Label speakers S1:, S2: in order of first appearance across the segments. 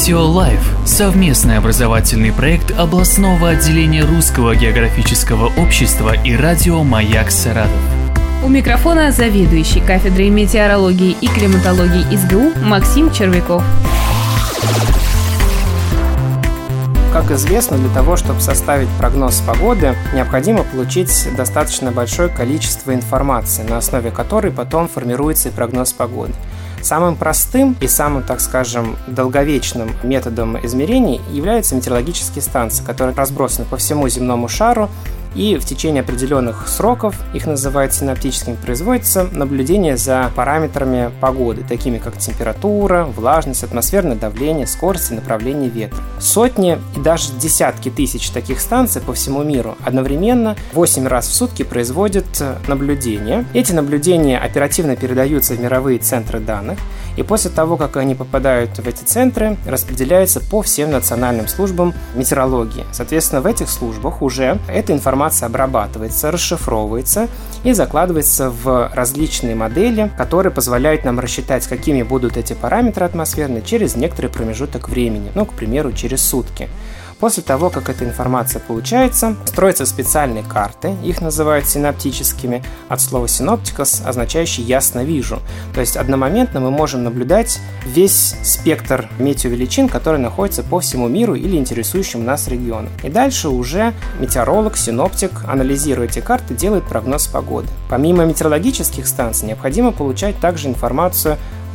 S1: Метео Лайф – совместный образовательный проект областного отделения Русского географического общества и радио «Маяк Саратов».
S2: У микрофона заведующий кафедрой метеорологии и климатологии СГУ Максим Червяков.
S3: Как известно, для того, чтобы составить прогноз погоды, необходимо получить достаточно большое количество информации, на основе которой потом формируется и прогноз погоды. Самым простым и самым, так скажем, долговечным методом измерений являются метеорологические станции, которые разбросаны по всему земному шару, и в течение определенных сроков, их называют синоптическими, производится наблюдение за параметрами погоды, такими как температура, влажность, атмосферное давление, скорость и направление ветра. Сотни и даже десятки тысяч таких станций по всему миру одновременно 8 раз в сутки производят наблюдения. Эти наблюдения оперативно передаются в мировые центры данных, и после того, как они попадают в эти центры, распределяются по всем национальным службам метеорологии. Соответственно, в этих службах уже эта информация обрабатывается, расшифровывается и закладывается в различные модели, которые позволяют нам рассчитать, какими будут эти параметры атмосферные через некоторый промежуток времени, к примеру, через сутки. После того, как эта информация получается, строятся специальные карты, их называют синоптическими, от слова «синоптикос», означающий «ясно вижу». То есть одномоментно мы можем наблюдать весь спектр метеовеличин, которые находятся по всему миру или интересующим нас региону. И дальше уже метеоролог, синоптик, анализируя эти карты, делает прогноз погоды. Помимо метеорологических станций, необходимо получать также информацию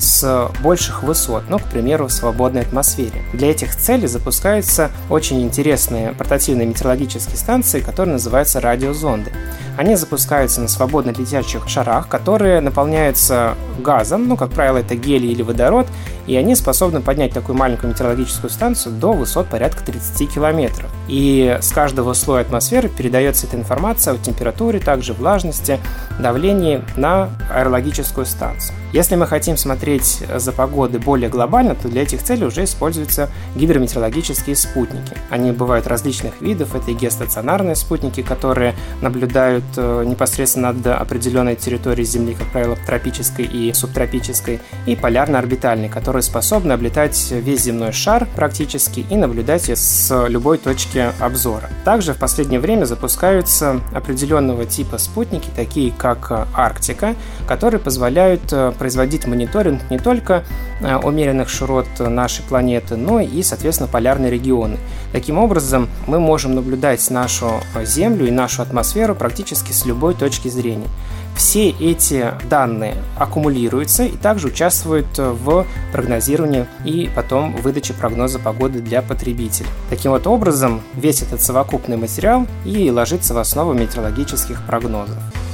S3: с больших высот, к примеру, в свободной атмосфере. Для этих целей запускаются очень интересные портативные метеорологические станции, которые называются радиозонды. Они запускаются на свободно летящих шарах, которые наполняются газом, как правило, это гелий или водород, и они способны поднять такую маленькую метеорологическую станцию до высот порядка 30 километров. И с каждого слоя атмосферы передается эта информация о температуре, также влажности, давлении на аэрологическую станцию. Если мы хотим смотреть за погодой более глобально, то для этих целей уже используются гидрометеорологические спутники. Они бывают различных видов. Это и геостационарные спутники, которые наблюдают непосредственно над определенной территорией Земли, как правило, тропической и субтропической, и полярно-орбитальные, которые способны облетать весь земной шар практически и наблюдать с любой точки обзора. Также в последнее время запускаются определенного типа спутники, такие как Арктика, которые позволяют производить мониторинг не только умеренных широт нашей планеты, но и, соответственно, полярные регионы. Таким образом, мы можем наблюдать нашу Землю и нашу атмосферу практически с любой точки зрения. Все эти данные аккумулируются и также участвуют в прогнозировании и потом выдаче прогноза погоды для потребителей. Таким вот образом, весь этот совокупный материал и ложится в основу метеорологических прогнозов.